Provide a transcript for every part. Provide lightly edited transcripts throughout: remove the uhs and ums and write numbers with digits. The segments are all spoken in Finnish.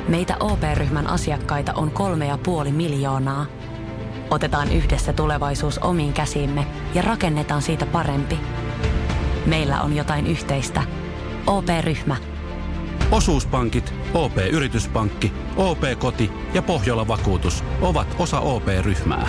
Meitä OP-ryhmän asiakkaita on 3,5 miljoonaa. Otetaan yhdessä tulevaisuus omiin käsiimme ja rakennetaan siitä parempi. Meillä on jotain yhteistä. OP-ryhmä. Osuuspankit, OP-yrityspankki, OP-koti ja Pohjola-vakuutus ovat osa OP-ryhmää.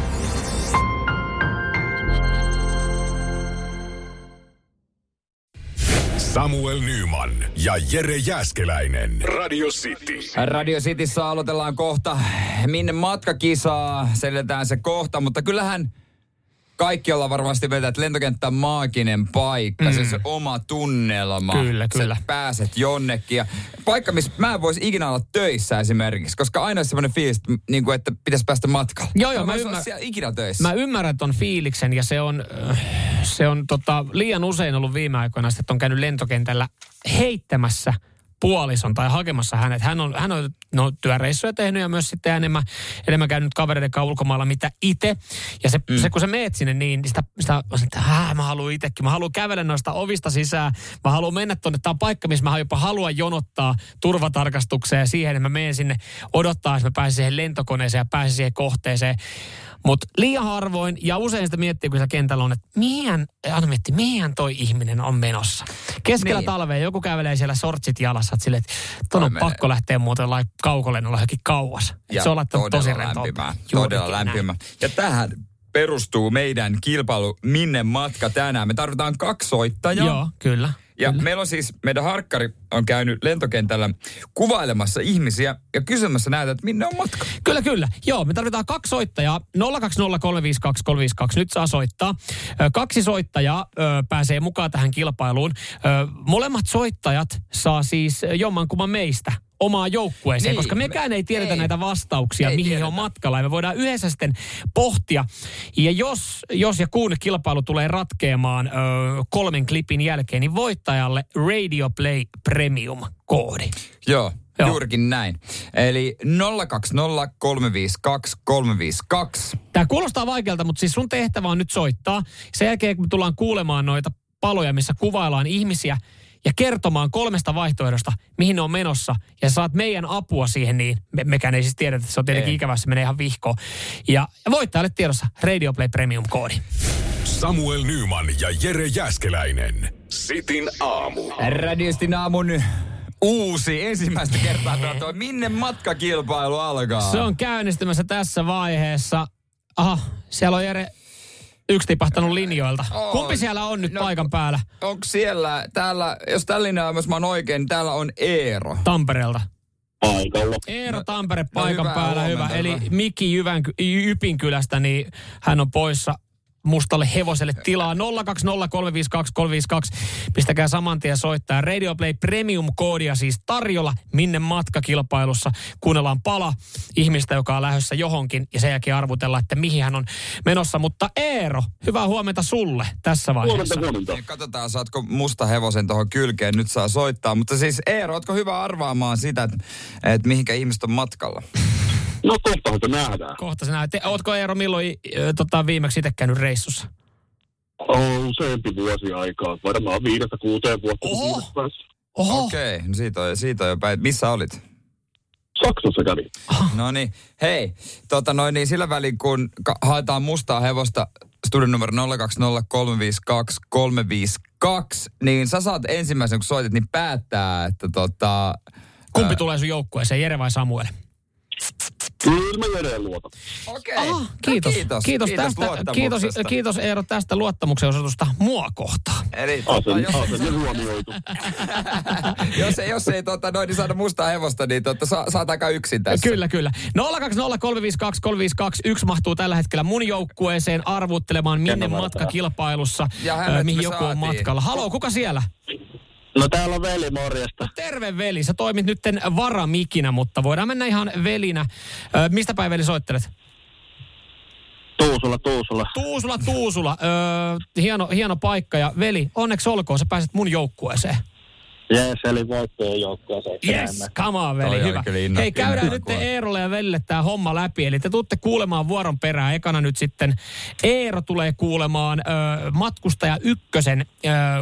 Samuel Nyman ja Jere Jääskeläinen. Radio City. Radio Cityssä aloitellaan kohta. Minne matkakisaa? Selitään se kohta, mutta kyllähän kaikki ollaan varmasti vetää, että lentokenttä on maaginen paikka. Se oma tunnelma. Kyllä. Sä pääset jonnekin. Ja paikka, missä mä en voisi ikinä olla töissä esimerkiksi, koska aina on semmoinen fiilis, että pitäisi päästä matkalle. Joo, mä olla siellä ikinä töissä. Mä ymmärrän ton fiiliksen ja se on liian usein ollut viime aikoina, että on käynyt lentokentällä heittämässä puolison tai hakemassa hänet. Hän on työreissuja tehnyt ja myös sitten enemmän käynyt kavereiden kanssa ulkomailla mitä itse. Ja se kun sä meet sinne, niin mä haluan itsekin. Mä haluan kävellä noista ovista sisään. Mä haluan mennä tonne. Tää on paikka, missä mä jopa haluan jonottaa turvatarkastukseen ja siihen, että mä menen sinne odottaa, että mä pääsen siihen lentokoneeseen ja pääsen siihen kohteeseen. Mutta liian harvoin, ja usein sitä miettii, kun se kentällä on, että mihin toi ihminen on menossa. Keskellä talvea joku kävelee siellä sortsit jalassa, että silleen, että ton on pakko lähteä muuten kaukolennolla johonkin kauas. Ja se on laittanut tosi rentoa. Todella lämpimä. Ja tähän perustuu meidän kilpailu Minne matka tänään. Me tarvitaan 2 soittajaa. Joo, kyllä. Ja meillä on siis, meidän harkkari on käynyt lentokentällä kuvailemassa ihmisiä ja kysymässä näitä, että minne on matka. Kyllä. Joo, me tarvitaan 2 soittajaa. 020352352. Nyt saa soittaa. 2 soittajaa pääsee mukaan tähän kilpailuun. Molemmat soittajat saa siis jommankumman meistä omaa joukkueeseen, koska mekään ei tiedetä näitä vastauksia, mihin he on matkalla. Ja me voidaan yhdessä sitten pohtia. Ja jos ja kun kilpailu tulee ratkeamaan 3 klipin jälkeen, niin voittajalle Radio Play Premium-koodi. Joo. Juurikin näin. Eli 020352352. Tämä kuulostaa vaikealta, mutta siis sun tehtävä on nyt soittaa. Sen jälkeen, kun me tullaan kuulemaan noita paloja, missä kuvaillaan ihmisiä, ja kertomaan 3 vaihtoehdosta, mihin ne on menossa. Ja saat meidän apua siihen, niin mekään ei siis tiedetä, että se on tietenkin ikävä, se menee ihan vihkoon. Ja voittajalle tiedossa Radio Play Premium-koodi. Samuel Nyman ja Jere Jääskeläinen. Cityn aamu. Radio Cityn aamun uusi ensimmäistä kertaa tuo Minne matkakilpailu alkaa. Se on käynnistymässä tässä vaiheessa. Aha, siellä on Jere yksi tipahtanut linjoilta. Kumpi siellä on nyt paikan päällä? Onko siellä, täällä, jos tällä linjalla, jos mä oon oikein, niin täällä on Eero. Tampereelta. Paikalla. Eero Tampere paikan päällä, hyvä. Eli Miki Jypinkylästä, niin hän on poissa. Mustalle hevoselle tilaa 020352352. Pistäkää saman tien soittaa. Radio Play Premium-koodia siis tarjolla Minne matkakilpailussa. Kuunnellaan pala ihmistä, joka on lähdössä johonkin ja sen jälkeen arvutellaan, että mihin hän on menossa. Mutta Eero, hyvää huomenta sulle tässä vaiheessa. Huomenta. Katsotaan, saatko musta hevosen tuohon kylkeen. Nyt saa soittaa. Mutta siis Eero, ootko hyvä arvaamaan sitä, että mihinkä ihmiset on matkalla? No kohtahan se nähdään. Kohta se nähdään. Ootko Eero milloin viimeksi itse käynyt reissussa? On useampi vuosi aikaa. Varmaan 5-6 vuotta. Oho. Okei, no siitä on jo päin. Missä olit? Saksassa kävin. No niin, hei. Niin sillä välin kun haetaan mustaa hevosta studion numero 020352352, niin sä saat ensimmäisen, kun soitit, niin päättää, että kumpi tulee sun joukkueeseen, Jere vai Samuel? Kyllä mä Jereen luotan. Okei. Kiitos Eero tästä luottamuksen osoitusta mua kohtaan. Eli Asen huomioitu. jos ei niin saada mustaa hevosta, niin saat aika yksin tässä. Kyllä. 020352352. Yksi mahtuu tällä hetkellä mun joukkueeseen arvuttelemaan Minne matkakilpailussa, mihin joku on matkalla. Haloo, kuka siellä? No täällä on veli, morjesta. Terve veli, sä toimit nytten varamikinä, mutta voidaan mennä ihan velinä. Mistä päin veli soittelet? Tuusula. Hieno paikka ja veli, onneksi olkoon, sä pääset mun joukkueeseen. Jees, eli voittajien joukkueeseen. Yes, come on veli, hyvä. Hei, käydään nyt Eerolle ja velille tää homma läpi. Eli te tuutte kuulemaan vuoron perään. Ekana nyt sitten Eero tulee kuulemaan matkustaja ykkösen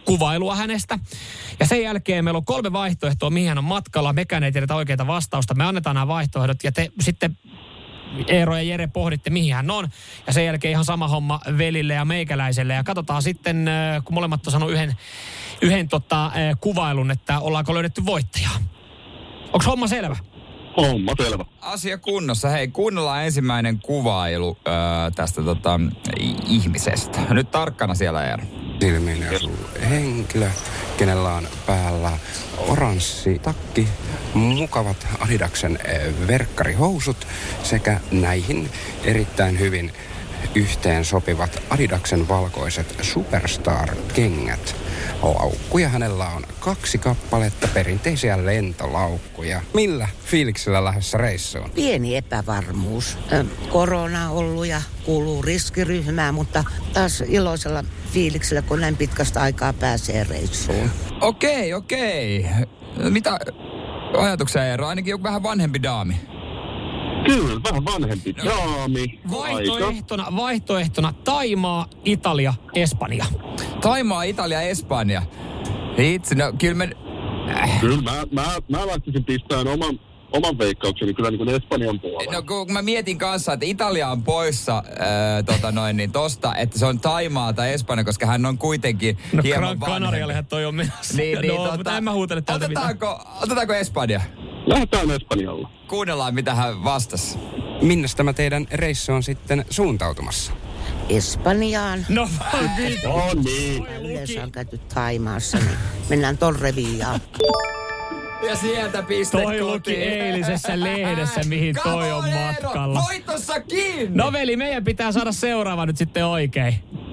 kuvailua hänestä. Ja sen jälkeen meillä on 3 vaihtoehtoa, mihin hän on matkalla. Mekään ei tiedetä oikeita vastausta. Me annetaan nämä vaihtoehdot ja te sitten Eero ja Jere pohditte, mihin hän on. Ja sen jälkeen ihan sama homma velille ja meikäläiselle. Ja katsotaan sitten, kun molemmat on sanonut yhden kuvailun, että ollaanko löydetty voittajaa. Onko homma selvä? Homma selvä. Asia kunnossa. Hei, kuunnellaan ensimmäinen kuvailu tästä ihmisestä. Nyt tarkkana siellä, Eero. Silmiin asuu henkilö, kenellä on päällä oranssi takki, mukavat Adidaksen verkkarihousut sekä näihin erittäin hyvin yhteen sopivat Adidaksen valkoiset Superstar-kengät. Laukkuja hänellä on 2 kappaletta, perinteisiä lentolaukkuja. Millä fiiliksellä lähdössä reissuun? Pieni epävarmuus. Korona on ollut ja kuuluu riskiryhmään, mutta taas iloisella fiiliksellä, kun näin pitkästä aikaa pääsee reissuun. Okei. Mitä ajatuksia, Eero? Ainakin joku vähän vanhempi daami. Kyllä, vähän vanhempi daami. Vaihtoehtona Taimaa, Italia, Espanja. Taimaa, Italia, Espanja. Itse, no kyllä me... Kyllä mä lähtisin pistämään oman veikkaukseni kyllä niin kuin Espanjan puolella. No kun mä mietin kanssa, että Italia on poissa tosta, että se on Taimaa tai Espanja, koska hän on kuitenkin hieman vanhempi. Kanariallehan toi on menossa. Mutta en mä huutele täältä mitään. Otetaanko Espanja? Lähdetään Espanjalla. Kuunnellaan, mitä hän vastasi. Minnes tämä teidän reissu on sitten suuntautumassa? Espanjaan. No niin. Yleensä on käyty Thaimaassa, niin mennään Torrevillaan. Ja sieltä piste toi luki eilisessä lehdessä, mihin toi on matkalla. Voitossa kiinni! No veli, meidän pitää saada seuraava nyt sitten oikein.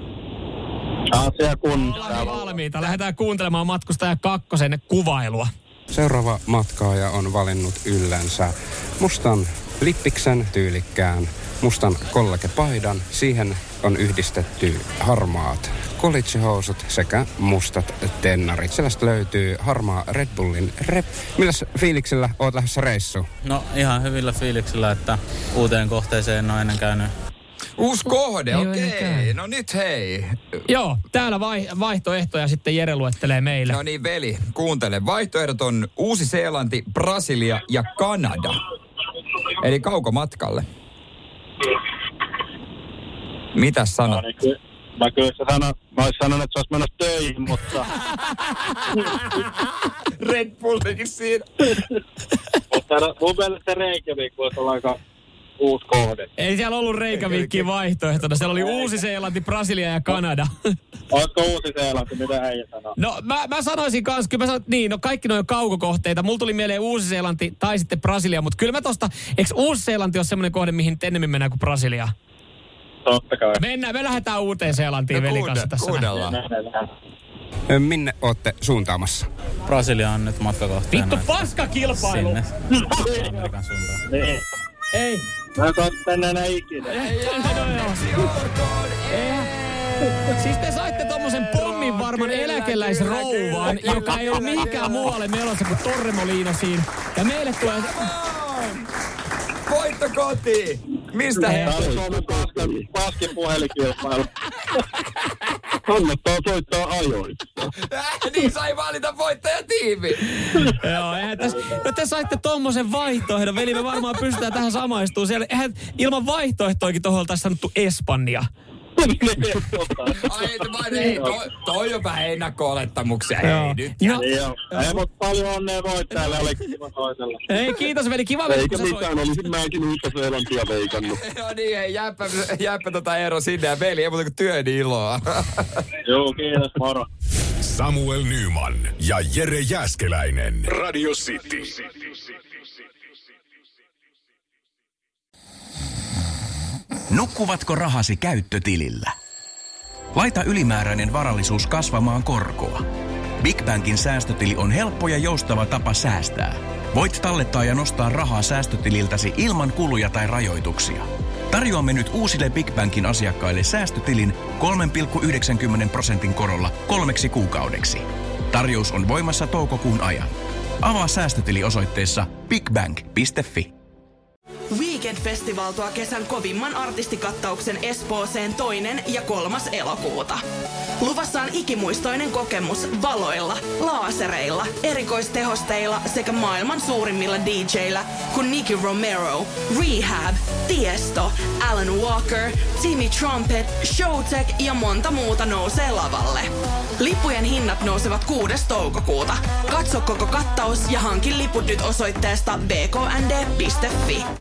Asia kun. Ollaan valmiita. Lähdetään kuuntelemaan matkustaja 2 kuvailua. Seuraava matkaaja on valinnut yllänsä mustan lippiksen, tyylikkään mustan kollegepaidan. Siihen on yhdistetty harmaat collegehousut sekä mustat tennarit. Sellaista löytyy harmaa Red Bullin rep. Milläs fiiliksellä oot lähdössä reissuun? No ihan hyvillä fiiliksillä, että uuteen kohteeseen en ole ennen käynyt. Uusi kohde, okei. No nyt hei. Joo, täällä vaihtoehtoja sitten Jere luettelee meille. No niin veli, kuuntele. Vaihtoehdot on Uusi-Seelanti, Brasilia ja Kanada. Eli kaukomatkalle. Mitäs sanot? Mä kyllä olisin sanonut, että se olisi mennä töihin, mutta... Red Bullikin siinä. Mutta mun mielestä Reykjavik voisi olla aika uusi kohde. Ei siellä ollut Reykjavikin vaihtoehtona. Siellä oli Uusi-Seelanti, Brasilia ja Kanada. Oletko Uusi-Seelanti? Mitä äijä sanoo? No mä sanoisin kanssa, kyllä kaikki noin kaukokohteita. Mulla tuli mieleen Uusi-Seelanti tai sitten Brasilia, mutta kyllä mä tosta, eikö Uusi-Seelanti ole semmoinen kohde, mihin ennemmin mennään kuin Brasilia? Totta kai. Me lähdetään Uuteen-Seelantiin velin kanssa tässä. Kuunnellaan. Minne ootte suuntaamassa? Brasilia on nyt matkakohteena. Vittu paskakilpailu! Sinne. Amerikan suuntaan. Niin. Ei. Mä en saa tänne enää ikinä. Siis te saitte tommosen pommin varman eläkeläisrouvan, joka ei ole mihinkään muualle menossa kuin Torremoliinosiin. Ja meille tulee... Voitto kotiin! Mistä he? Tää on Suomen paskin puhelinkilpailu. Kannattaa soittaa ajoissa. Niin sai valita voittajatiimi. Joo, eihän tässä... No te saitte tommosen vaihtoehdon, veli, me varmaan pystytään tähän samaistumaan. Siellä, eihän ilman vaihtoehtoikin tohon oltaisiin sanottu Espanja. Ai, toi on vähän ennakko-olettamuksia. Hei, nyt. Ei, mutta paljon onnea voittajalle, oli kiva toisella. Ei, kiitos veli, kiva veli, kun sä soit. Eikä mitään, olisin mäkin Uusi-Seelantia veikannut. No niin, hei, jääpä Eero sinne ja veli, ei muuta kuin työn iloa. Joo, kiitos, moro. Samuel Nyman ja Jere Jääskeläinen. Radio City. Nukkuvatko rahasi käyttötilillä? Laita ylimääräinen varallisuus kasvamaan korkoa. Big Bankin säästötili on helppo ja joustava tapa säästää. Voit tallettaa ja nostaa rahaa säästötililtäsi ilman kuluja tai rajoituksia. Tarjoamme nyt uusille Big Bankin asiakkaille säästötilin 3,90% korolla 3 kuukaudeksi. Tarjous on voimassa toukokuun ajan. Avaa säästötili osoitteessa bigbank.fi. Weekend Festival tuo kesän kovimman artistikattauksen Espooseen 2. ja 3. elokuuta. Luvassa on ikimuistoinen kokemus valoilla, laasereilla, erikoistehosteilla sekä maailman suurimmilla DJillä, kun Nicky Romero, Rehab, Tiesto, Alan Walker, Timmy Trumpet, Showtek ja monta muuta nousee lavalle. Lippujen hinnat nousevat 6. toukokuuta. Katso koko kattaus ja hankin liput nyt osoitteesta bknd.fi.